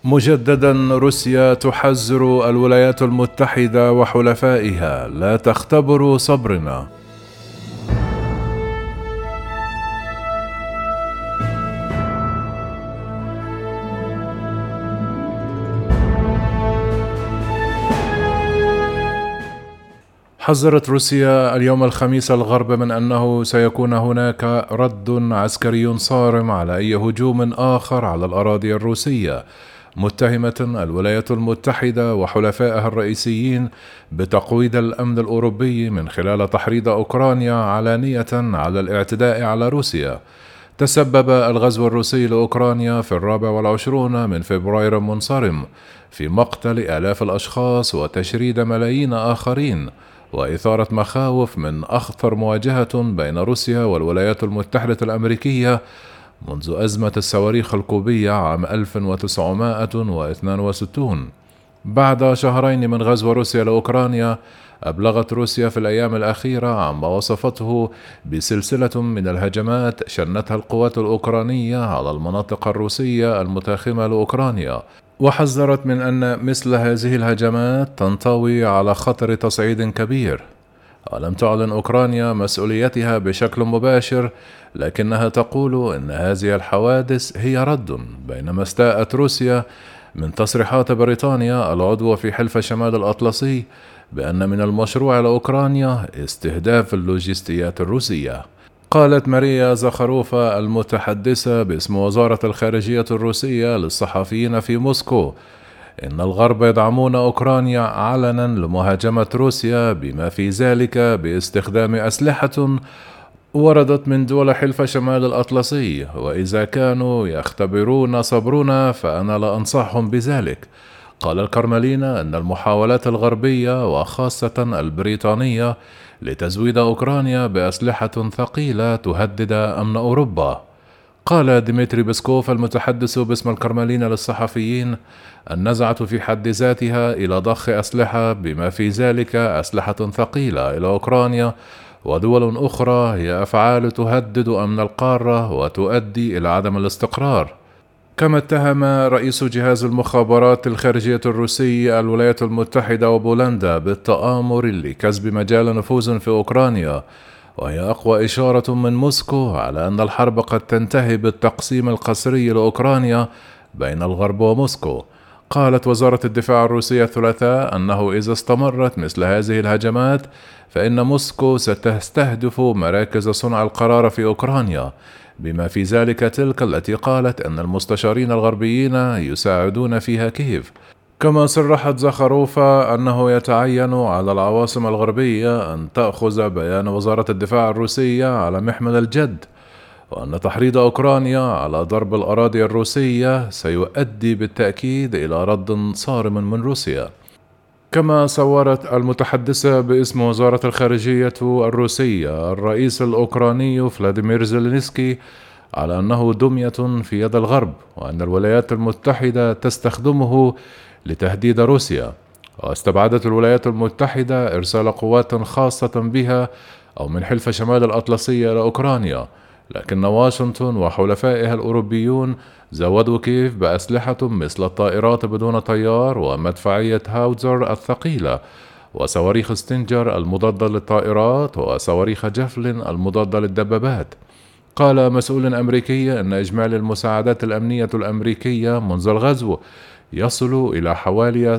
مجددا روسيا تحذر الولايات المتحدة وحلفائها: لا تختبروا صبرنا. حذرت روسيا اليوم الخميس الغرب من أنه سيكون هناك رد عسكري صارم على أي هجوم آخر على الأراضي الروسية، متهمة الولايات المتحدة وحلفائها الرئيسيين بتقويض الأمن الأوروبي من خلال تحريض أوكرانيا علانية على الاعتداء على روسيا. تسبب الغزو الروسي لأوكرانيا في 24 من فبراير المنصرم في مقتل آلاف الأشخاص وتشريد ملايين آخرين، وإثارة مخاوف من أخطر مواجهة بين روسيا والولايات المتحدة الأمريكية منذ أزمة الصواريخ الكوبية عام 1962. بعد شهرين من غزو روسيا لأوكرانيا، أبلغت روسيا في الأيام الأخيرة عما وصفته بسلسلة من الهجمات شنتها القوات الأوكرانية على المناطق الروسية المتاخمة لأوكرانيا، وحذرت من أن مثل هذه الهجمات تنطوي على خطر تصعيد كبير. ولم تعلن أوكرانيا مسؤوليتها بشكل مباشر، لكنها تقول إن هذه الحوادث هي رد، بينما استاءت روسيا من تصريحات بريطانيا العضوة في حلف شمال الأطلسي بأن من المشروع لأوكرانيا استهداف اللوجستيات الروسية. قالت ماريا زخاروفا المتحدثة باسم وزارة الخارجية الروسية للصحفيين في موسكو إن الغرب يدعمون أوكرانيا علنا لمهاجمة روسيا، بما في ذلك باستخدام أسلحة وردت من دول حلف شمال الأطلسي، وإذا كانوا يختبرون صبرنا فأنا لا أنصحهم بذلك. قال الكرملين أن المحاولات الغربية وخاصة البريطانية لتزويد أوكرانيا بأسلحة ثقيلة تهدد أمن أوروبا. قال ديمتري بيسكوف المتحدث باسم الكرملين للصحفيين: النزعة في حد ذاتها إلى ضخ أسلحة بما في ذلك أسلحة ثقيلة إلى أوكرانيا ودول أخرى هي أفعال تهدد أمن القارة وتؤدي إلى عدم الاستقرار. كما اتهم رئيس جهاز المخابرات الخارجية الروسي الولايات المتحدة وبولندا بالتآمر لكسب مجال نفوذ في أوكرانيا، وهي أقوى إشارة من موسكو على أن الحرب قد تنتهي بالتقسيم القسري لأوكرانيا بين الغرب وموسكو. قالت وزارة الدفاع الروسية الثلاثاء أنه إذا استمرت مثل هذه الهجمات فإن موسكو ستستهدف مراكز صنع القرار في أوكرانيا، بما في ذلك تلك التي قالت أن المستشارين الغربيين يساعدون فيها كييف. كما صرحت زخاروفا أنه يتعين على العواصم الغربية أن تأخذ بيان وزارة الدفاع الروسية على محمل الجد، وأن تحريض أوكرانيا على ضرب الأراضي الروسية سيؤدي بالتأكيد إلى رد صارم من روسيا. كما صورت المتحدثة باسم وزارة الخارجية الروسية الرئيس الأوكراني فلاديمير زيلينسكي على أنه دمية في يد الغرب، وأن الولايات المتحدة تستخدمه لتهديد روسيا. واستبعدت الولايات المتحدة إرسال قوات خاصة بها أو من حلف شمال الأطلسي إلى أوكرانيا، لكن واشنطن وحلفائها الأوروبيون زودوا كييف بأسلحة مثل الطائرات بدون طيار ومدفعية هاوتزر الثقيلة وصواريخ ستينجر المضادة للطائرات وصواريخ جافلين المضادة للدبابات. قال مسؤول أمريكي أن إجمالي المساعدات الأمنية الأمريكية منذ الغزو يصل إلى حوالي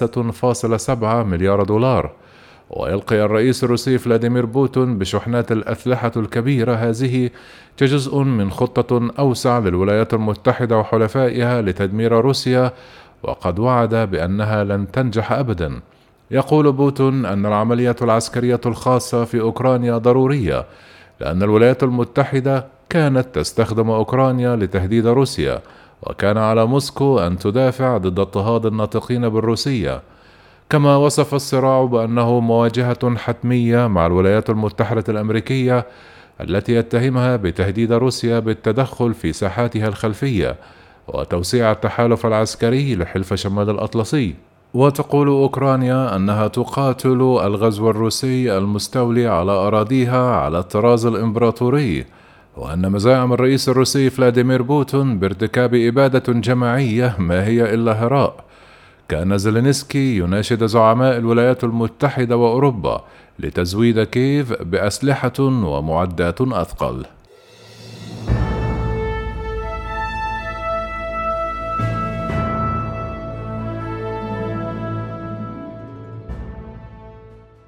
3.7 مليار دولار. ويلقي الرئيس الروسي فلاديمير بوتين بشحنات الأسلحة الكبيرة هذه كجزء من خطة أوسع للولايات المتحدة وحلفائها لتدمير روسيا، وقد وعد بأنها لن تنجح أبدا. يقول بوتين أن العملية العسكرية الخاصة في أوكرانيا ضرورية، لأن الولايات المتحدة كانت تستخدم أوكرانيا لتهديد روسيا، وكان على موسكو أن تدافع ضد اضطهاد الناطقين بالروسية. كما وصف الصراع بأنه مواجهة حتمية مع الولايات المتحدة الأمريكية التي يتهمها بتهديد روسيا بالتدخل في ساحاتها الخلفية وتوسيع التحالف العسكري لحلف شمال الأطلسي. وتقول أوكرانيا أنها تقاتل الغزو الروسي المستولي على أراضيها على الطراز الإمبراطوري، وأن مزاعم الرئيس الروسي فلاديمير بوتين بارتكاب إبادة جماعية ما هي إلا هراء. كان زيلينسكي يناشد زعماء الولايات المتحدة وأوروبا لتزويد كييف بأسلحة ومعدات أثقل.